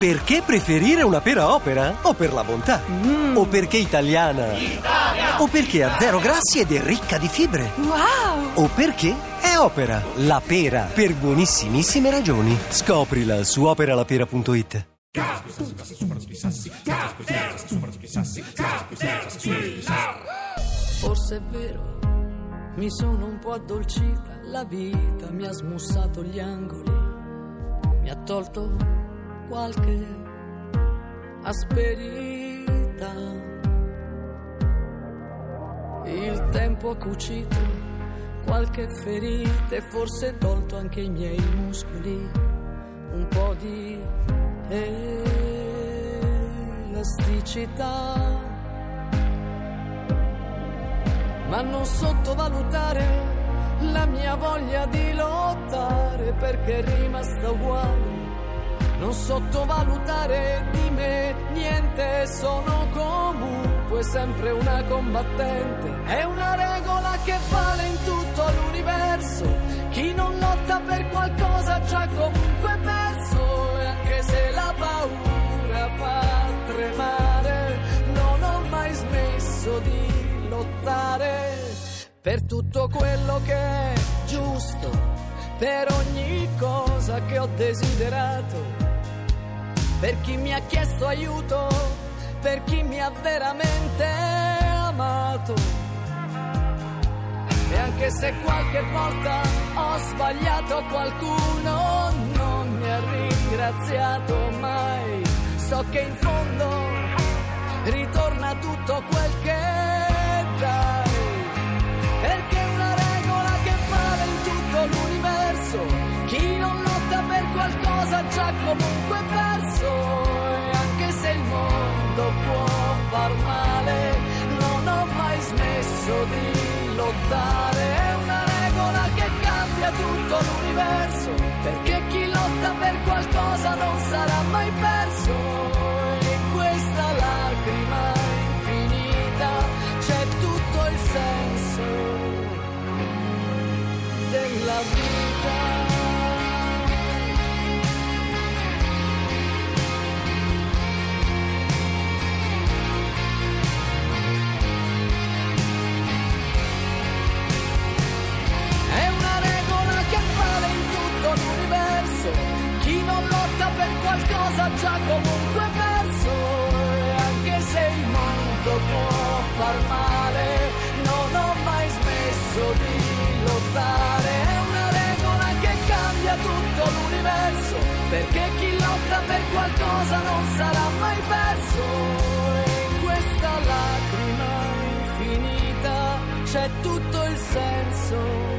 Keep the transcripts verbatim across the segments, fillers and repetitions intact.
Perché preferire una pera Opera? O per la bontà? Mm. O perché italiana? Italia! O perché ha zero grassi ed è ricca di fibre? Wow! O perché è Opera, la pera, per buonissimissime ragioni. Scoprila su operalapera punto it. Forse è vero, mi sono un po' addolcita, la vita mi ha smussato gli angoli, mi ha tolto qualche asperità. Il tempo ha cucito qualche ferita e forse è tolto anche i miei muscoli un po' di elasticità. Ma non sottovalutare la mia voglia di lottare, perché è rimasta uguale. Non sottovalutare di me niente, sono comunque sempre una combattente. È una regola che vale in tutto l'universo. Chi non lotta per qualcosa già comunque perso. E anche se la paura fa tremare, non ho mai smesso di lottare per tutto quello che è giusto, per ogni cosa che ho desiderato, per chi mi ha chiesto aiuto, per chi mi ha veramente amato. E anche se qualche volta ho sbagliato, qualcuno non mi ha ringraziato mai, so che in fondo ritorna tutto quel che dai, perché è una regola che vale in tutto l'universo. Chi non lotta per qualcosa già comunque perso. E anche se il mondo può far male, non ho mai smesso di lottare. È una regola che cambia tutto l'universo, perché chi lotta per qualcosa non sarà mai perso. E in questa lacrima infinita c'è tutto il senso della vita. È una regola che vale in tutto l'universo. Chi non lotta per qualcosa già comunque perso. E anche se il mondo può far male, non ho mai smesso di lottare. È una regola che cambia tutto l'universo, perché chi lotta per qualcosa non sarà mai perso. E in questa lacrima infinita c'è tutto il senso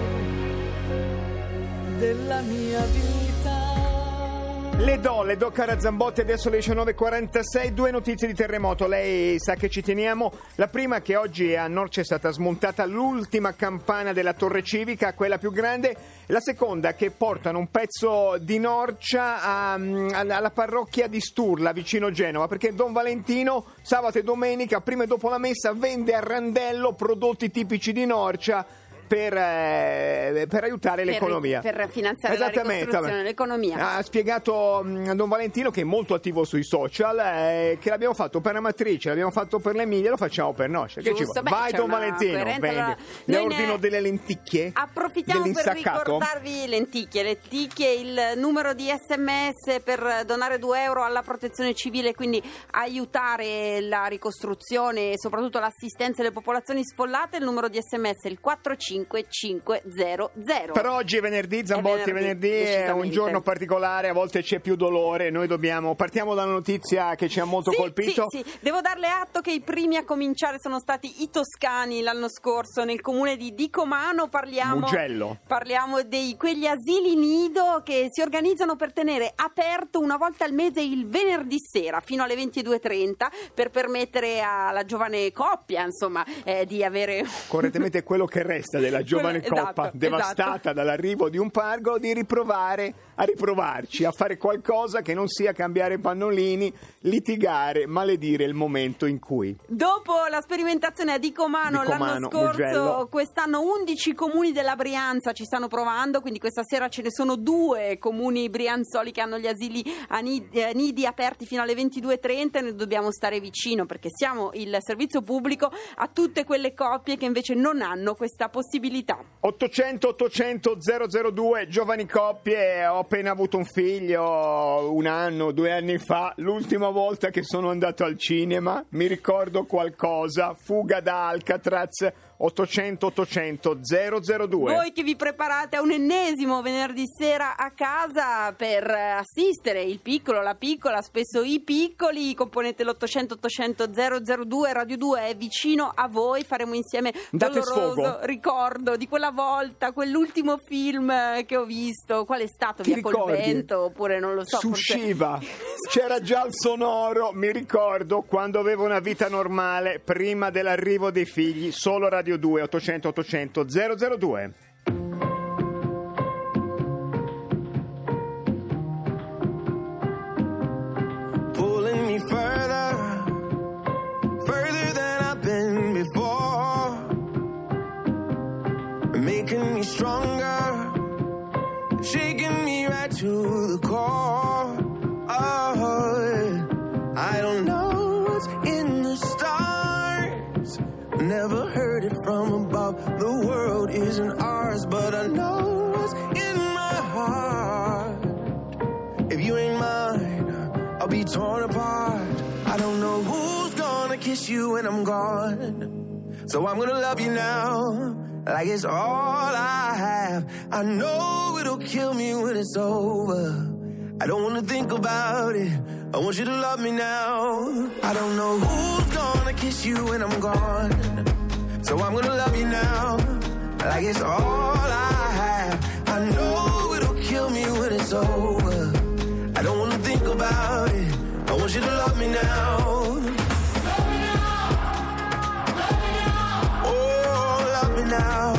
della mia vita. Le do, le do cara Zambotti, adesso le diciannove e quarantasei, due notizie di terremoto, lei sa che ci teniamo. La prima, che oggi a Norcia è stata smontata l'ultima campana della torre civica, quella più grande. La seconda, che portano un pezzo di Norcia a, alla parrocchia di Sturla, vicino Genova, perché Don Valentino sabato e domenica, prima e dopo la messa, vende a randello prodotti tipici di Norcia Per, eh, per aiutare per, l'economia, per finanziare la ricostruzione, l'economia. Ha spiegato mh, Don Valentino, che è molto attivo sui social, eh, che l'abbiamo fatto per Amatrice, l'abbiamo fatto per l'Emilia, lo facciamo per Noscia. Che ci va? Beh, Vai Don Valentino, vendi. Allora, le ordino delle lenticchie. Approfittiamo per ricordarvi lenticchie, lenticchie, il numero di sms per donare due euro alla protezione civile, quindi aiutare la ricostruzione e soprattutto l'assistenza alle popolazioni sfollate. Il numero di sms è il quattro cinque cinque zero zero. Per oggi è venerdì, Zambotti, è venerdì, venerdì è un giorno particolare, a volte c'è più dolore, noi dobbiamo, partiamo da una notizia che ci ha molto sì, colpito. Sì, sì, devo darle atto che i primi a cominciare sono stati i toscani l'anno scorso nel comune di Dicomano. Parliamo, Mugello. parliamo di quegli asili nido che si organizzano per tenere aperto una volta al mese il venerdì sera fino alle ventidue e trenta per permettere alla giovane coppia, insomma, eh, di avere correttamente quello che resta del la giovane Quella, coppa esatto, devastata esatto. dall'arrivo di un pargolo di riprovare a riprovarci, a fare qualcosa che non sia cambiare pannolini, litigare, maledire il momento in cui. Dopo la sperimentazione a Dicomano, Dicomano, l'anno scorso, Mugello. quest'anno undici comuni della Brianza ci stanno provando, quindi questa sera ce ne sono due comuni brianzoli che hanno gli asili a nidi, eh, nidi aperti fino alle ventidue e trenta, e noi dobbiamo stare vicino perché siamo il servizio pubblico a tutte quelle coppie che invece non hanno questa possibilità. ottocento ottocento zero zero due, giovani coppie, ho appena avuto un figlio un anno, due anni fa, l'ultima volta che sono andato al cinema, mi ricordo qualcosa, Fuga da Alcatraz, ottocento ottocento zero zero due. Voi che vi preparate a un ennesimo venerdì sera a casa per assistere il piccolo, la piccola, spesso i piccoli, componete l'ottocento ottocento zero zero due, Radio due è vicino a voi, faremo insieme Date doloroso sfogo. ricordo di quella volta, quell'ultimo film che ho visto. Qual è stato? Ti Via col ricordi? vento? Oppure non lo so. Su forse- Shiva c'era già il sonoro, mi ricordo quando avevo una vita normale prima dell'arrivo dei figli, solo Radio due, ottocento ottocento zero zero due. Pulling me further, further than I've been before, making me stronger, shaking me right to the core. Oh, I don't know what's in the stars, never heard it from above. The world isn't ours, but I know what's in my heart. If you ain't mine, I'll be torn apart. I don't know who's gonna kiss you when I'm gone, so I'm gonna love you now, like it's all I have. I know it'll kill me when it's over. I don't wanna think about it, I want you to love me now. I don't know who's gonna kiss you when I'm gone, so I'm gonna love you now, like it's all I have. I know it'll kill me when it's over. I don't wanna think about it, I want you to love me now. Love me now, love me now. Oh, love me now.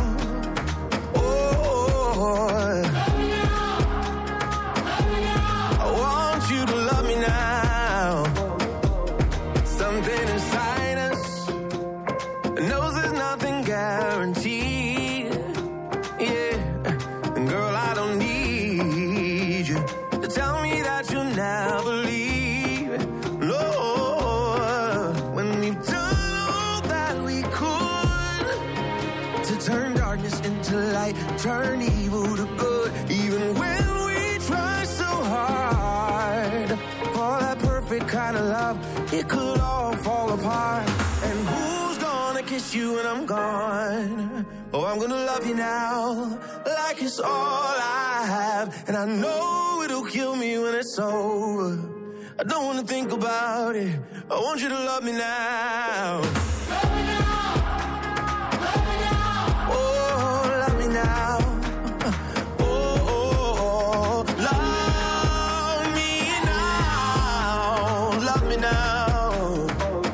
Oh, love me now, love me now. I want you to love me now. Something inside us knows there's nothing guaranteed. Yeah, and girl, I don't need you to tell me that you'll never leave. No, when we've done all that we could to turn darkness into light, turn evil to good, even when we try so hard for that perfect kind of love, it could all fall apart. And who's gonna kiss you when I'm gone? Oh, I'm gonna love you now, like it's all I have. And I know it'll kill me when it's over. I don't wanna think about it, I want you to love me now. Love me now, love me now. Oh, love me now. Oh, oh, oh. Love me now, love me now.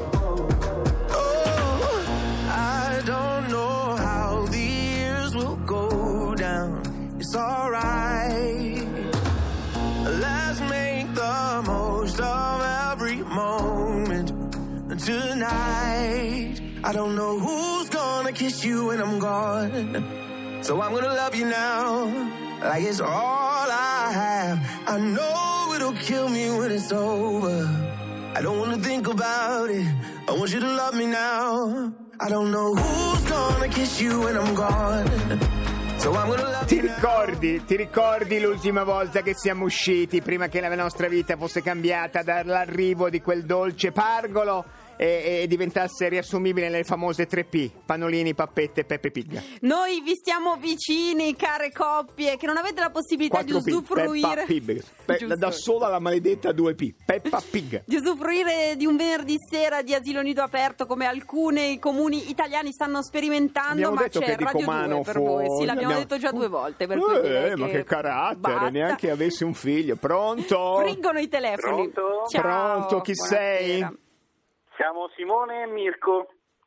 Oh, I don't know how the years will go down, it's alright. Let's make the most of every moment tonight. I don't know who's gonna kiss you when I'm gone, so I'm gonna love you now, like it's all I have. I know it'll kill me when it's over. I don't wanna think about it, I want you to love me now. I don't know who's gonna kiss you when I'm gone, so I'm gonna love Ti you now. ricordi, ti ricordi l'ultima volta che siamo usciti prima che la nostra vita fosse cambiata dall'arrivo di quel dolce pargolo e, e diventasse riassumibile nelle famose tre P, Pannolini, Pappette e Peppe Pig? Noi vi stiamo vicini, care coppie, che non avete la possibilità di quattro P, usufruire Peppa Pig. Pe- Giusto. da sola la maledetta due P, Peppa Pig. di usufruire di un venerdì sera di asilo nido aperto come alcuni comuni italiani stanno sperimentando. Abbiamo ma detto c'è che Radio Dicomano due per fu- voi. Sì, l'abbiamo abbiamo- detto già due volte, per cui Eh, direi ma che carattere, basta. neanche avessi un figlio. Pronto? Friggono i telefoni. Pronto? Ciao, Pronto, chi buonasera. sei? Siamo Simone e Mirko.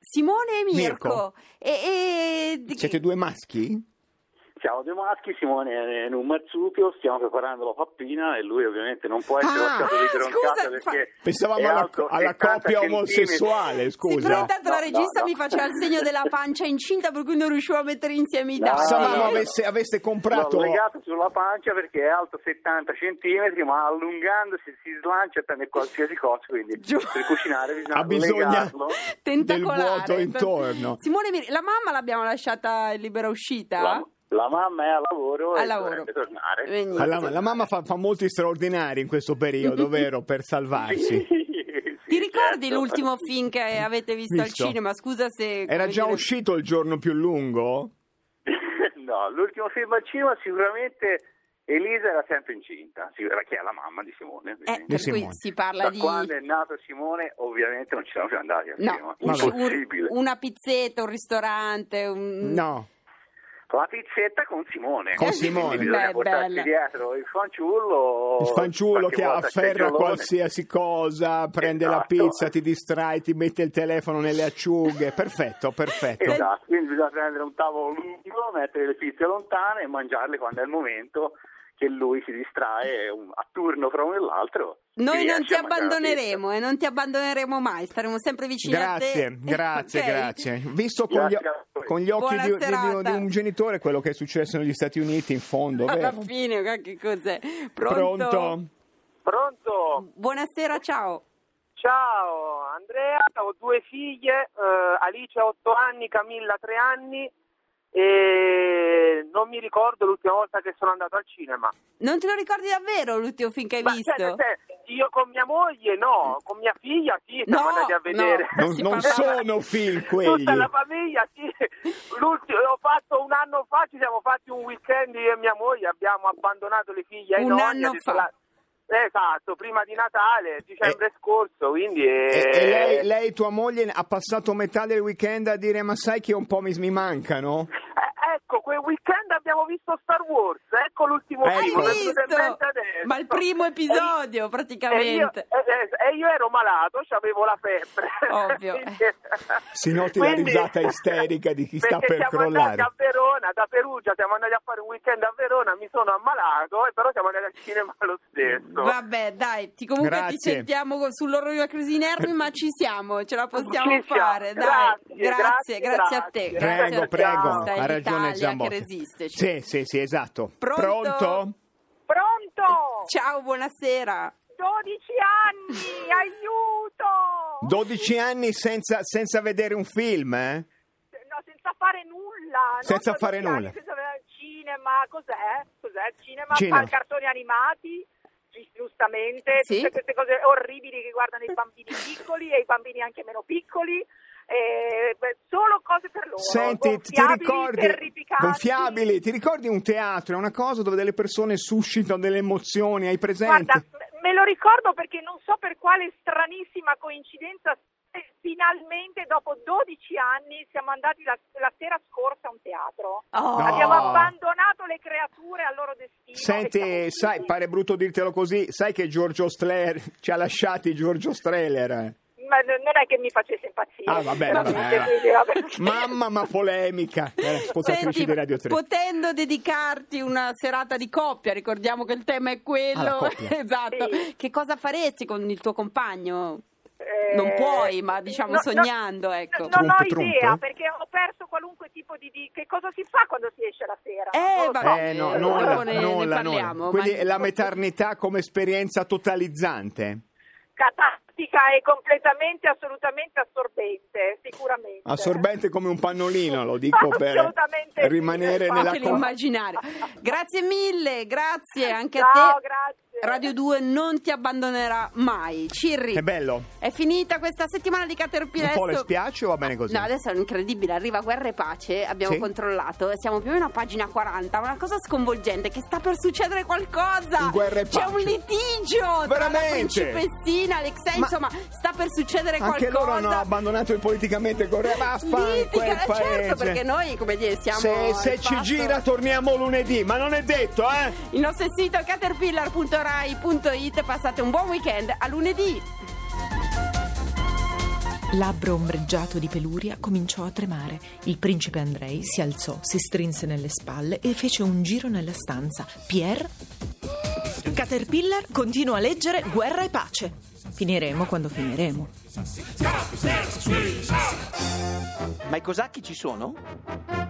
Simone e Mirko. Mirko. E, e... Siete due maschi? Siamo due maschi, Simone è in un marsupio, stiamo preparando la pappina e lui ovviamente non può essere Ah, lasciato libero in scusa, casa perché fa- Pensavamo è alla, alto alla settanta coppia omosessuale, Sì, scusa. però intanto No, la regista no, no. mi faceva il segno della pancia incinta per cui non riuscivo a mettere insieme i No, dati. Pensavamo no, no. avesse, aveste comprato... L'ho legato sulla pancia perché è alto settanta centimetri, ma allungandosi si slancia e prende qualsiasi cosa, quindi Giù. per cucinare bisogna, Ha bisogno legarlo. Tentacolare. del vuoto intorno. Simone, Mir- la mamma l'abbiamo lasciata in libera uscita? La, la mamma è a lavoro A e lavoro. dovrebbe tornare. Benissimo. La, la mamma fa, fa molti straordinari in questo periodo, vero? Per salvarsi. Sì, Ti ricordi certo. l'ultimo film che avete visto, Visto. al cinema? Scusa se... Era come già dire- uscito il giorno più lungo? No, l'ultimo film al cinema sicuramente Elisa era sempre incinta, sì, era che è la mamma di Simone. Eh, quindi. per Simone. cui si parla Da di... quando è nato Simone ovviamente non ci siamo più andati al No, cinema, un- impossibile. un- una pizzetta, un ristorante, un... No. La pizzetta con Simone. Con Simone. Quindi bisogna Beh, portarsi bella. dietro il fanciullo. Il fanciullo qualche che volta afferra seggiolone. qualsiasi cosa, prende la Esatto. pizza, ti distrae, ti mette il telefono nelle acciughe. Perfetto, perfetto. Esatto, quindi bisogna prendere un tavolo lungo, mettere le pizze lontane e mangiarle quando è il momento che lui si distrae un- a turno fra uno e l'altro. Noi si non riesce ti a mangiare la abbandoneremo e non ti abbandoneremo mai, staremo sempre vicini a te. Grazie, grazie, Ok? grazie. Visto con gli, Grazie a voi. con gli occhi Buona di, di- di- serata. di un genitore quello che è successo negli Stati Uniti, in fondo, Alla vero? fine, ma che cos'è? Pronto? Pronto? Pronto? Buonasera, ciao. Ciao Andrea, ho due figlie, eh, Alice ha otto anni, Camilla tre anni e non mi ricordo l'ultima volta che sono andato al cinema. Non te lo ricordi davvero l'ultimo film che hai Ma, visto? cioè, cioè, io con mia moglie no, con mia figlia sì, siamo No, andati a vedere. no. Non, Si non parlava- sono film quelli. Tutta la famiglia sì. L'ultimo l'ho fatto un anno fa, ci siamo fatti un weekend io e mia moglie, abbiamo abbandonato le figlie ai Un nonni. anno ha detto fa. la- Esatto, prima di Natale, dicembre scorso, quindi... E, eh, e lei, lei, tua moglie, ha passato metà del weekend a dire ma sai che un po' mi, mi mancano? Eh, ecco, quel weekend abbiamo visto Star Wars, ecco l'ultimo Ecco. film. Hai mi è venuto in visto? mente adesso. Ma il primo episodio, E io, praticamente. e- e- e io ero malato, avevo la febbre. Ovvio. Quindi- Si noti la Quindi- risata isterica di chi sta perché per siamo crollare. andati a Verona, da Perugia siamo andati a fare un weekend a Verona, mi sono ammalato, e però siamo andati al cinema lo stesso. Vabbè, dai, ti, comunque ti Grazie. sentiamo sull'orologio della crisi nervi, ma ci siamo, ce la possiamo Ci siamo. fare. Dai, Grazie, grazie, grazie, grazie a te. grazie. Grazie Prego, a te. prego, Questa è ha ragione l'Italia Zambotti. che resiste. Sì, sì, sì, esatto. Pronto? Pronto? Ciao, buonasera. dodici anni, aiuto! dodici anni senza, senza vedere un film, eh? No, senza fare nulla. non Senza dodici fare anni, nulla. Senza vedere il cinema, cos'è? Cos'è il cinema? Cinema. Fa cartoni animati, gi- giustamente, Sì. tutte queste cose orribili che guardano i bambini piccoli e i bambini anche meno piccoli. eh, beh, solo cose per loro. Senti, ti gonfiabili, ricordi terrificanti. gonfiabili, ti ricordi un teatro, è una cosa dove delle persone suscitano delle emozioni, hai presente? Guarda, me lo ricordo perché non so per quale stranissima coincidenza eh, finalmente dopo dodici anni siamo andati la, la sera scorsa a un teatro. Oh. No. Abbiamo abbandonato le creature al loro destino. e Senti, siamo sai, usciti. pare brutto dirtelo così, sai che Giorgio Strehler ci ha lasciati Giorgio Strehler? eh? Ma n- non è che mi facesse impazzire. Ah, va bene, va bene, Veramente, va. quindi, vabbè. Mamma, ma polemica. Eh, ascoltatrici Senti, di Radio tre. potendo dedicarti una serata di coppia, ricordiamo che il tema è quello, Ah, la coppia. esatto. Sì. Che cosa faresti con il tuo compagno? Eh, Non puoi, ma diciamo no, sognando, no, ecco. Non Trump, ho Trump, idea, eh? perché ho perso qualunque tipo di, di... Che cosa si fa quando si esce la sera? Eh, Non lo so. vabbè, Eh, no, eh, nulla, dopo ne- ne nulla, parliamo, nulla. Quindi ma- la maternità come esperienza totalizzante? Catattica e completamente, assolutamente assorbente, sicuramente. Assorbente come un pannolino, lo dico per Assolutamente sì, rimanere è nella Anche co- l'immaginario. Grazie mille, grazie anche Ciao, a te. grazie. Radio due non ti abbandonerà mai. Cirri, È bello. è finita questa settimana di Caterpillar. Un po' le Adesso- spiace o va bene così? No, adesso è incredibile, arriva Guerra e Pace, abbiamo Sì. controllato, siamo più o meno a pagina quaranta, una cosa sconvolgente, che sta per succedere qualcosa. In Guerra e C'è Pace. un litigio tra la Veramente? principessina, Alexei, Ma- insomma, sta per succedere Anche qualcosa. loro hanno abbandonato il politicamente corretto. Vaffanculo, Litica, quel eh, certo, paese. perché noi, come dire, siamo Se, al se ci passo. gira torniamo lunedì, ma non è detto, eh? Il nostro sito è caterpillar punto rai punto it, passate un buon weekend, a lunedì. Labbro ombreggiato di peluria cominciò a tremare. Il principe Andrei si alzò, si strinse nelle spalle e fece un giro nella stanza. Pierre? Caterpillar continua a leggere Guerra e pace. Finiremo quando finiremo. Ma i cosacchi ci sono?